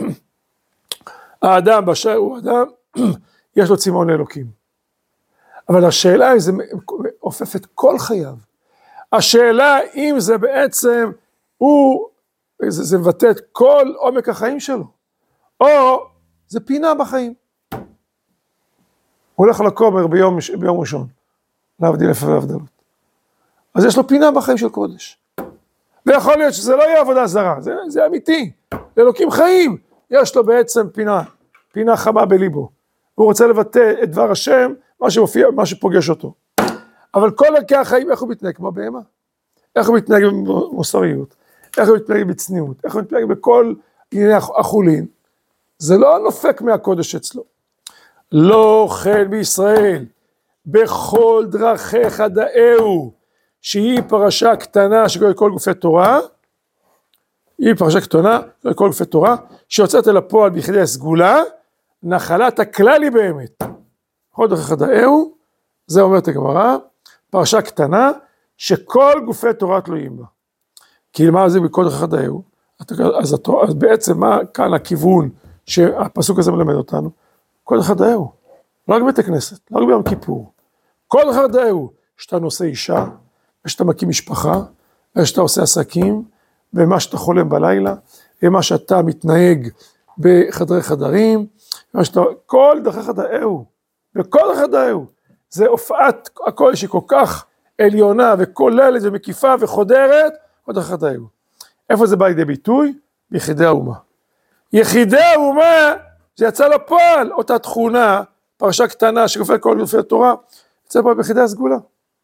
האדם באשר הוא אדם, יש לו צמאון לאלוקים. אבל השאלה אם זה עופף את כל חייו. השאלה אם זה בעצם, הוא, זה, זה מבטא את כל עומק החיים שלו, או זה פינה בחיים. הוא הולך לכומר ביום, ביום ראשון, להבדיל אלף והבדלות. אז יש לו פינה בחיים של קודש. ויכול להיות שזה לא יהיה עבודה זרה, זה, זה אמיתי. לאלוקים חיים, יש לו בעצם פינה, פינה חמה בליבו. הוא רוצה לבטא את דבר השם, מה שמופיע, מה שפוגש אותו. אבל כל ערכי החיים, איך הוא מתנהג כמו בהמה? איך הוא מתנהג במוסריות? איך הוא מתנהג בצניעות? איך הוא מתנהג בכל ענייני החולין? זה לא נופק מהקודש אצלו. לא כן בישראל, בכל דרכיך דאהו, שהיא פרשה קטנה שכוללת כל גופי תורה, היא פרשה קטנה, שכוללת כל גופי תורה, שיוצאת אל הפועל בכדי הסגולה, נחלת הכלל היא באמת. בכל דרכיך דאהו, זה אומרת הגמרא, פרשה קטנה, שכל גופי תורה תלויים בה. כי מה זה בכל דרכיך דאהו? אז, אז בעצם מה כאן הכיוון שהפסוק הזה מלמד אותנו? כל דרכיך דאהו, לא רק בית הכנסת, לא רק ביום כיפור, כל דרכיך דאהו, שאתה נושא אישה, ושאתה מקים משפחה, ושאתה עושה עסקים, ומה שאתה חולם בלילה, ומה שאתה מתנהג בחדרי חדרים, ומה שאתה, כל דרכי חדאהו, וכל דרכי חדאהו, זה הופעת הכל שהיא כל כך עליונה, וכוללת ומקיפה וחודרת, כל דרכי חדאהו. איפה זה בא לידי ביטוי? ביחידי האומה. יחידי האומה, זה יצא לפועל, אותה תכונה, פרשה קטנה שגופי כל גופי התורה, יצא פה ביחידי הסגולה.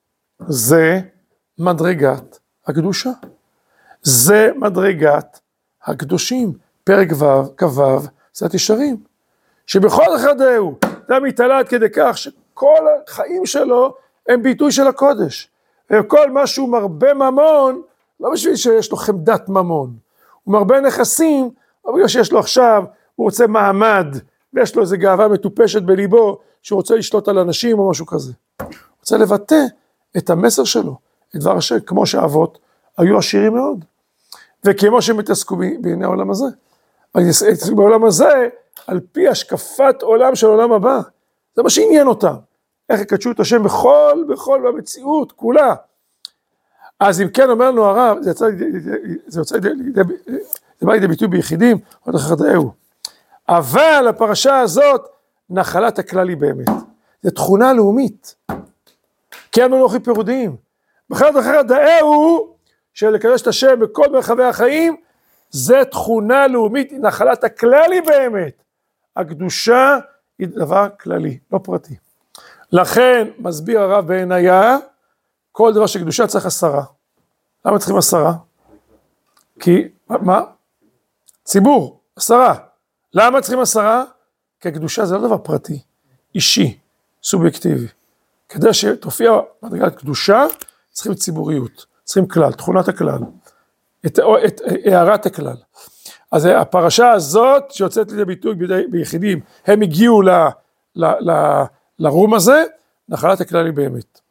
זה מדרגת הקדושה. זה מדרגת הקדושים. פרק ו' כ"ו, זה התשרים. שבכל אחד הוא, אתה מתעלה עד כדי כך שכל החיים שלו הם ביטוי של הקודש. וכל מה שהוא מרבה ממון, לא בשביל שיש לו חמדת ממון. הוא מרבה נכסים, לא בגלל שיש לו עכשיו, הוא רוצה מעמד, ויש לו איזו גאווה מטופשת בליבו, שהוא רוצה לשלוט על אנשים או משהו כזה. הוא רוצה לבטא את המסר שלו, את דבר השם, כמו שהאבות היו עשירים מאוד. וכמו שהם התעסקו בעיני העולם הזה. בעולם הזה, על פי השקפת עולם של עולם הבא. זה מה שעניין אותם. איך יקדשו את השם בכל, בכל המציאות, כולה. אז אם כן אומר לנו הרב, זה יצא, זה יוצא, זה בא לידי ביטוי ביחידים, עוד אחר דאהו. אבל הפרשה הזאת, נחלת הכלל היא באמת. זו תכונה לאומית. כי אנו לא פירודים. בכלל אחר דאהו, של לקדש את השם בכל מרחבי החיים, זה תכונה לאומית, נחלת הכלל היא באמת. הקדושה היא דבר כללי, לא פרטי. לכן, מסביר הרב בעיניה, כל דבר שקדושה צריך עשרה. למה צריכים עשרה? כי, מה? ציבור, עשרה. למה צריכים עשרה? כי הקדושה זה לא דבר פרטי, אישי, סובייקטיבי. כדי שתופיע מדרגת קדושה, צריכים ציבוריות, צריכים כלל, תכונת הכלל, את, את הערת הכלל. אז הפרשה הזאת שיוצאת לידי ביטוי ביחידים, הם הגיעו ל, ל, ל, לרום הזה, נחלת הכלל היא באמת.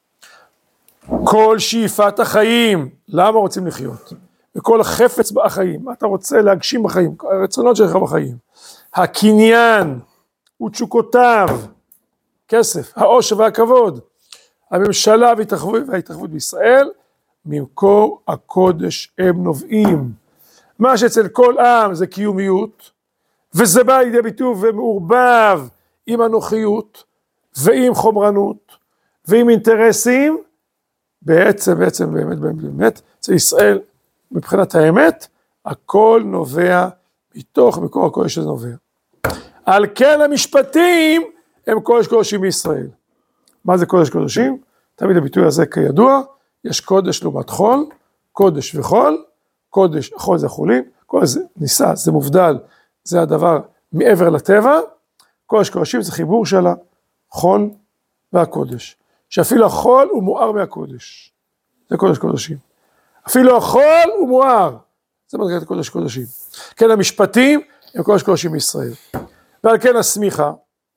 כל שאיפת החיים, למה רוצים לחיות? וכל חפץ בחיים, מה אתה רוצה להגשים בחיים, הרצונות שלך בחיים. הקניין ותשוקותיו, כסף, העושר והכבוד, הממשלה וההתרחבות בישראל, ממקור הקודש הם נובעים. מה שאצל כל עם זה קיומיות, וזה בא לידי ביטוי ומעורבב עם אנוכיות, ועם חומרנות, ועם אינטרסים, בעצם, בעצם, באמת, באמת, באמת, אצל ישראל, מבחינת האמת, הכל נובע מתוך מקור הקודש שזה נובע. על כן המשפטים הם קודש קודשים בישראל. מה זה קודש קודשים? תמיד הביטוי הזה כידוע, יש קודש לעומת חול, קודש וחול, קודש, חול זה חולים, קודש זה ניסה, זה מובדל, זה הדבר מעבר לטבע, קודש קודשים זה חיבור של החול והקודש, שאפילו החול הוא מואר מהקודש, זה קודש קודשים. אפילו החול הוא מואר, זה מדרגת קודש קודשים. כן, המשפטים הם קודש קודשים בישראל. ועל כן הסמיכה,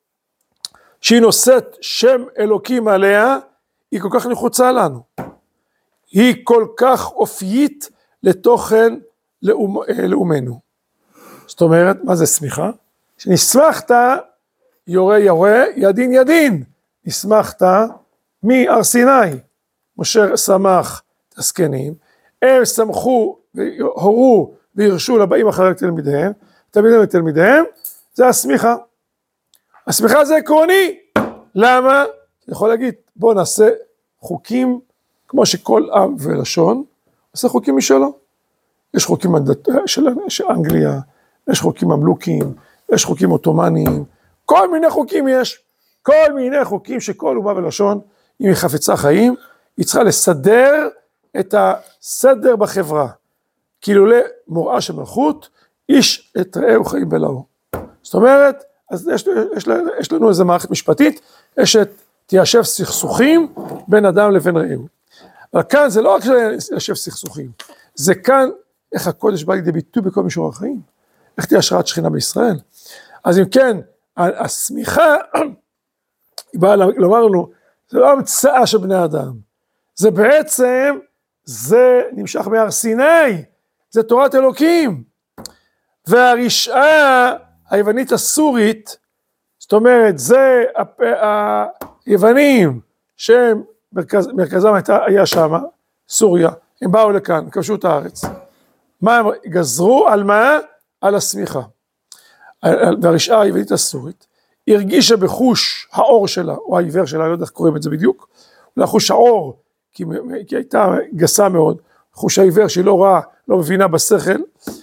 שהיא נושאת שם אלוקים עליה, היא כל כך נחוצה לנו. היא כל כך אופיית לתוכן לאומ, לאומנו. זאת אומרת, מה זה סמיכה? שנסמכת יורה יורה, ידין ידין. נסמכת מהר סיני. משה שמח את הזקנים, הם שמחו והורו וירשו לבאים אחרי תלמידיהם, תלמידיהם ותלמידיהם, זה הסמיכה. הסמיכה זה עקרוני. למה? אני יכול להגיד, בוא נעשה חוקים, כמו שכל עם ולשון, נעשה חוקים משלו. יש חוקים של, של אנגליה, יש חוקים ממלוכים, יש חוקים אוטומניים, כל מיני חוקים יש, כל מיני חוקים שכל אומה ולשון, אם היא חפצה חיים, היא צריכה לסדר את הסדר בחברה. כאילו למוראה של מלכות, איש את רעהו חיים בלעו. זאת אומרת, אז יש, יש, יש לנו איזו מערכת משפטית, יש את תיישב סכסוכים בין אדם לבין רעהו. אבל כאן זה לא רק תיישב סכסוכים, זה כאן איך הקודש בא לידי ביטוי בכל מישור החיים, איך תהיה השראת שכינה בישראל. אז אם כן, הסמיכה, היא באה לומר לנו, זה לא המצאה של בני אדם, זה בעצם, זה נמשך מהר סיני, זה תורת אלוקים, והרשעה היוונית הסורית, זאת אומרת, זה היוונים שהם מרכז, מרכזם הייתה, היה שם, סוריה, הם באו לכאן, כבשו את הארץ. מה הם גזרו? על מה? על הסמיכה. והרשעה היוונית הסורית, הרגישה בחוש האור שלה, או העיוור שלה, לא יודע איך קוראים את זה בדיוק, אולי חוש האור, כי, כי הייתה גסה מאוד, חוש העיוור שהיא לא רואה, לא מבינה בשכל,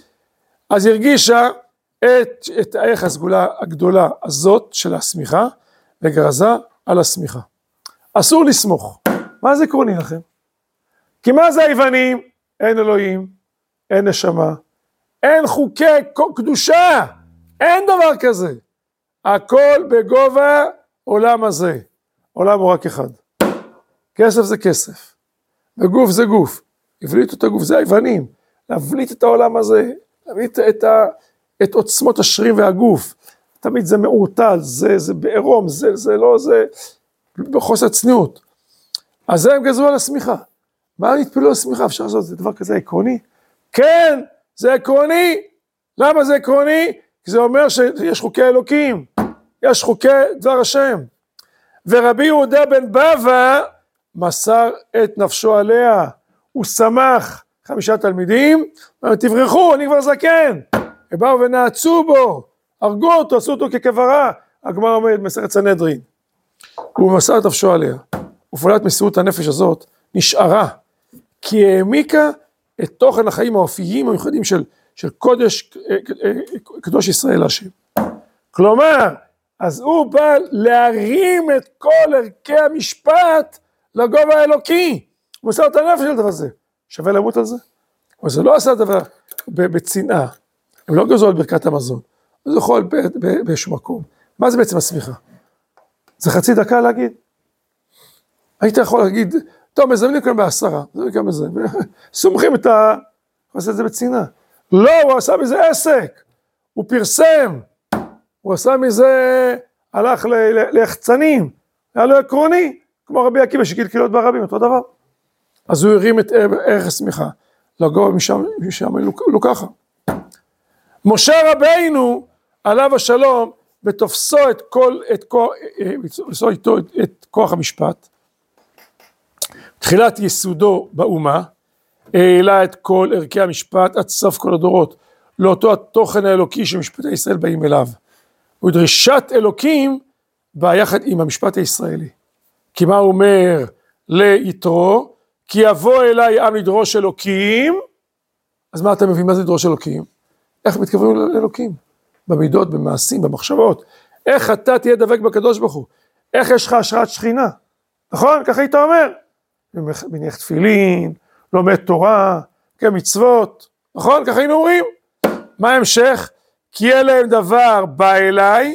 אז הרגישה את, את הערך הסגולה הגדולה הזאת של הסמיכה, וגרזה על הסמיכה. אסור לסמוך. מה זה עקרוני לכם? כי מה זה היוונים? אין אלוהים, אין נשמה, אין חוקי קדושה, אין דבר כזה. הכל בגובה עולם הזה. עולם הוא רק אחד. כסף זה כסף, וגוף זה גוף. הבליט את הגוף, זה היוונים. להבליט את העולם הזה, להבליט את, ה, את עוצמות השריר והגוף. תמיד זה מעורטל, זה, זה בעירום, זה, זה לא, זה בחוסר צניעות. אז זה הם גזרו על הסמיכה. מה נתפלו על הסמיכה? אפשר לעשות, זה דבר כזה עקרוני? כן, זה עקרוני. למה זה עקרוני? כי זה אומר שיש חוקי אלוקים, יש חוקי דבר השם. ורבי יהודה בן בבא מסר את נפשו עליה, הוא שמח, חמישה תלמידים, תברחו, אני כבר זקן. ובאו ונעצו בו, הרגו אותו, עשו אותו ככברה. הגמרא אומרת מסכת סנהדרין. הוא מסר את נפשו עליה. ופעולת מסירות הנפש הזאת נשארה, כי העמיקה את תוכן החיים האופיים המיוחדים של, של קודש, קדוש ישראל השם. כלומר, אז הוא בא להרים את כל ערכי המשפט לגובה האלוקי. הוא מסר את הנפש על דבר הזה. שווה למות על זה? אבל זה לא עשה דבר בצנעה. הם לא גזרו על ברכת המזון. זה יכול באיזשהו מקום. מה זה בעצם הסמיכה? זה חצי דקה להגיד. היית יכול להגיד, טוב, מזמנים כאן בעשרה, מזמנים כאן בזה, סומכים את ה... הוא עשה את זה בצנעה. לא, הוא עשה מזה עסק. הוא פרסם. הוא עשה מזה, הלך ליחצנים. היה לו עקרוני, כמו רבי עקיבא שקלקלות ברבים, אותו דבר. אז הוא הרים את ערך הסמיכה. לגובה משם, משם לא ככה. משה רבינו, עליו השלום, ותופסו את כל, את כוח, תופסו איתו את, את כוח המשפט, תחילת יסודו באומה, העלה את כל ערכי המשפט עד סוף כל הדורות, לאותו התוכן האלוקי שמשפטי ישראל באים אליו. ודרישת אלוקים בא יחד עם המשפט הישראלי. כי מה הוא אומר ליתרו? כי יבוא אליי עם לדרוש אלוקים, אז מה אתם מביאים? מה זה לדרוש אלוקים? איך מתכוונים לאלוקים? במידות, במעשים, במחשבות. איך אתה תהיה דבק בקדוש ברוך הוא? איך יש לך השראת שכינה? נכון? ככה היית אומר. מניח תפילין, לומד תורה, כמצוות. נכון? ככה היינו אומרים. מה ההמשך? כי יהיה להם דבר בא אליי,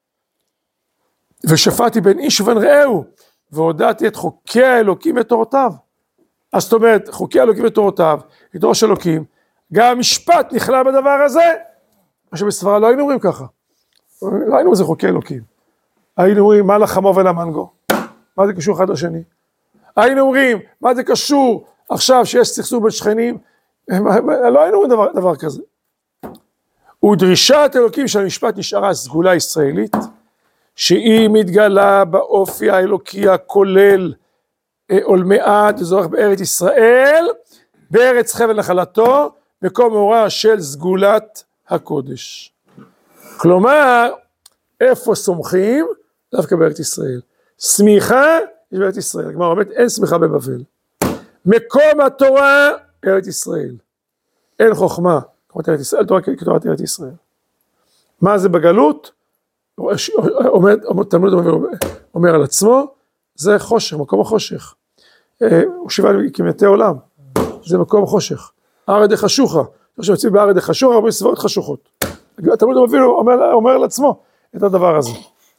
ושפטתי בין איש ובין רעהו, והודעתי את חוקי האלוקים ותורותיו. אז זאת אומרת, חוקי האלוקים ותורותיו, לדרוש אלוקים, גם המשפט נכלל בדבר הזה, מה שבסברה לא היינו אומרים ככה. לא היינו אומרים זה חוקי אלוקים. היינו אומרים מה לחמו ולמנגו. מה זה קשור אחד לשני? היינו אומרים מה זה קשור עכשיו שיש סכסוך בין שכנים. לא היינו אומרים דבר, דבר כזה. ודרישת אלוקים של המשפט נשארה סגולה ישראלית, שהיא מתגלה באופי האלוקי הכולל עולמי עד זורח בארץ ישראל, בארץ חבל נחלתו, מקום מאורה של סגולת הקודש. כלומר, איפה סומכים? דווקא בארץ ישראל. סמיכה יש בארץ ישראל. כלומר, באמת אין סמיכה בבבל. מקום התורה, ארץ ישראל. אין חוכמה, כמו ארץ ישראל, תורה כתורת ארץ ישראל. מה זה בגלות? אומר, תלמוד אומר, אומר על עצמו, זה חושך, מקום החושך. הוא שיבה כמתי עולם. זה מקום חושך. ארץ חשוכה. כשמצאים בארץ חשוכה, הרבה סביבות חשוכות. תלמוד אומר, אומר על עצמו את הדבר הזה.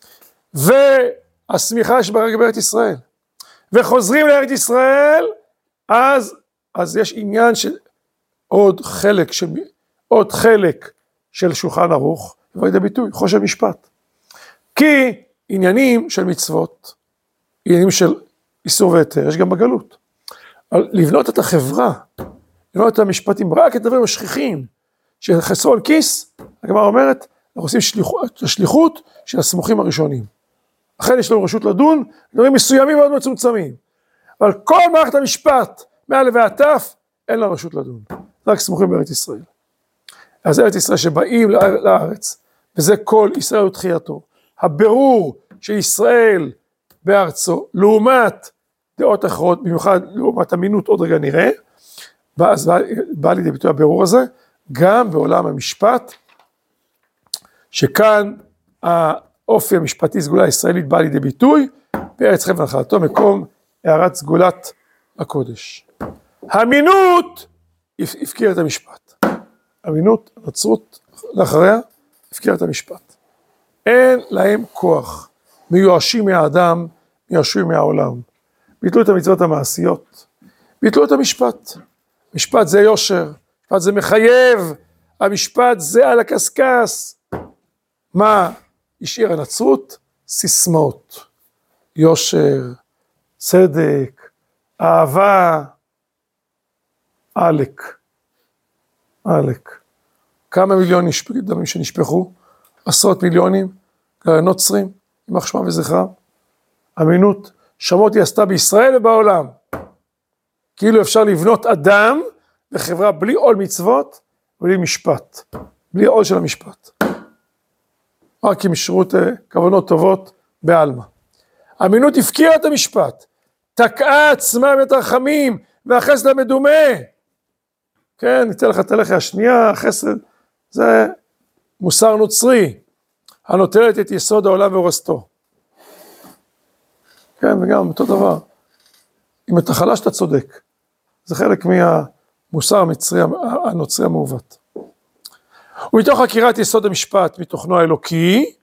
והסמיכה יש ברגע בארץ ישראל. וחוזרים לארץ ישראל, אז, אז יש עניין של עוד חלק, של, עוד חלק של שולחן ערוך, ובא לידי ביטוי, חושן משפט. כי עניינים של מצוות, עניינים של איסור והיתר, יש גם בגלות. לבנות את החברה, לבנות את המשפטים, רק את דברים השכיחים, שחסרו על כיס, הגמרא אומרת, אנחנו עושים שליחות, השליחות של הסמוכים הראשונים. אחרי יש לנו רשות לדון, דברים מסוימים מאוד מצומצמים. אבל כל מערכת המשפט, מא' ועד ת', אין לה רשות לדון. רק סמוכים בארץ ישראל. אז ארץ ישראל שבאים לארץ, וזה כל ישראל ותחייתו. הבירור של ישראל בארצו, לעומת דעות אחרות, במיוחד לעומת אמינות, עוד רגע נראה, אז בא, בא לידי ביטוי הבירור הזה, גם בעולם המשפט, שכאן האופי המשפטי סגולה הישראלית בא לידי ביטוי, בארץ חבל נחלתו, מקום הערת סגולת הקודש. האמינות הפקיר את המשפט. אמינות, הנצרות, לאחריה, הפקיר את המשפט. אין להם כוח, מיואשים מהאדם, מיואשים מהעולם. ביטלו את המצוות המעשיות, ביטלו את המשפט. משפט זה יושר, משפט זה מחייב, המשפט זה על הקסקס. מה השאיר הנצרות? סיסמאות, יושר, צדק, אהבה, עלק, עלק. כמה מיליון דמים שנשפכו? עשרות מיליונים, נוצרים, יימח שמם וזכרם. אמינות, שמות היא עשתה בישראל ובעולם. כאילו אפשר לבנות אדם בחברה בלי עול מצוות, בלי משפט, בלי עול של המשפט. רק עם שירות כוונות טובות בעלמא. אמינות הפקירה את המשפט, תקעה עצמה בתרחמים, והחסד המדומה. כן, ניתן לך את הלחי השנייה, החסד, זה מוסר נוצרי, הנוטלת את יסוד העולם והורסתו. כן, וגם אותו דבר, אם אתה חלש אתה צודק, זה חלק מהמוסר המצרי, הנוצרי המעוות. ומתוך הכירת יסוד המשפט, מתוכנו האלוקי,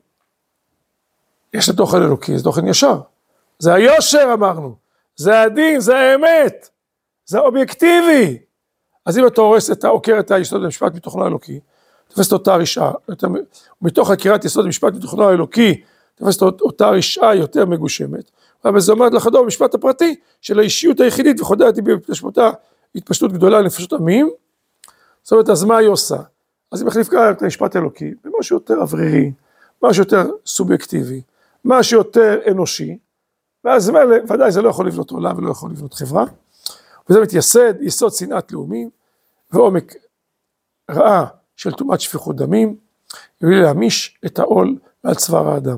יש לתוכן אלוקי, זה תוכן ישר. זה היושר אמרנו, זה הדין, זה האמת, זה האובייקטיבי. אז אם אתה הורס את העוקר את היסוד המשפט מתוכנו האלוקי, תופסת אותה רשעה, ומתוך הכירת יסוד המשפט מתוכנו האלוקי, תופסת אותה רשעה יותר מגושמת, וזה אומר לחדור במשפט הפרטי של האישיות היחידית, וחודרת היא בהתפשטותה, התפשטות גדולה לנפשות עמים. זאת אומרת, אז מה היא עושה? אז היא מחליפה את המשפט האלוקי במשהו יותר אוורירי, משהו יותר סובייקטיבי, משהו יותר אנושי, ואז ודאי זה לא יכול לבנות עולם ולא יכול לבנות חברה, וזה מתייסד, יסוד שנאת לאומים, ועומק רעה של תומת שפיכות דמים, יביא להמיש את העול מעל צוואר האדם.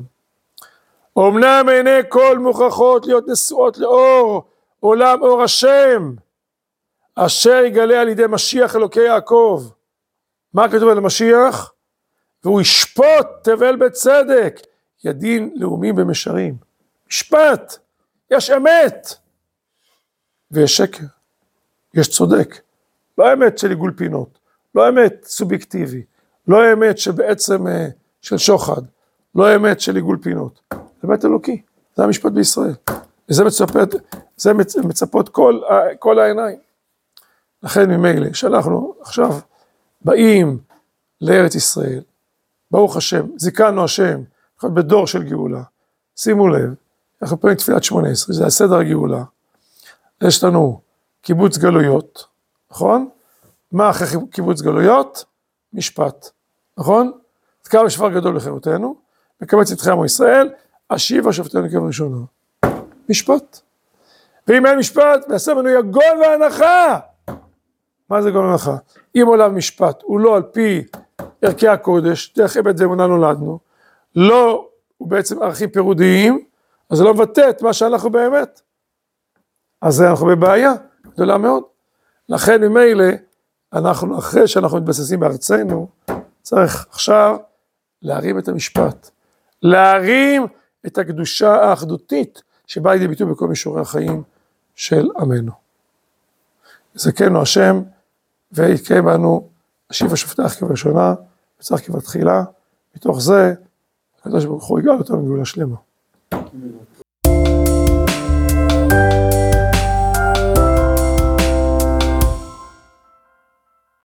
אמנם עיני כל מוכרחות להיות נשואות לאור, עולם אור השם, אשר יגלה על ידי משיח אלוקי יעקב. מה כתוב על המשיח? והוא ישפוט תבל בצדק, ידין לאומים במשרים. משפט, יש אמת, ויש שקר, יש צודק. לא אמת של עיגול פינות, לא אמת סובייקטיבי, לא אמת שבעצם של שוחד, לא אמת של עיגול פינות. זה אמת אלוקי, זה המשפט בישראל. וזה מצפות, זה מצפות כל, כל העיניים. לכן ממילא, שאנחנו עכשיו באים לארץ ישראל, ברוך השם, זיכנו השם, בדור של גאולה, שימו לב, אנחנו פועלים תפילת שמונה עשרה, זה הסדר הגאולה, יש לנו קיבוץ גלויות, נכון? מה אחרי קיבוץ גלויות? משפט, נכון? תקרא בשפר גדול לחירותנו, מקבץ את עמו ישראל, השיבה שופטינו לקרב ראשונה. משפט. ואם אין משפט, נעשה לנו יגון והנחה. מה זה יגון והנחה? אם עולם משפט הוא לא על פי ערכי הקודש, דרך אמת ואמונה נולדנו, לא, הוא בעצם ערכים פירודיים, אז זה לא מבטא את מה שאנחנו באמת. אז אנחנו בבעיה גדולה מאוד. לכן ממילא, אנחנו אחרי שאנחנו מתבססים בארצנו, צריך עכשיו להרים את המשפט, להרים את הקדושה האחדותית שבאה לידי ביטוי בכל מישורי החיים של עמנו. זכנו השם ויתקיים בנו השיבה שופטך כבראשונה וצריך כבתחילה, מתוך זה הקדוש ברוך הוא יגאל אותנו בגאולה שלמה.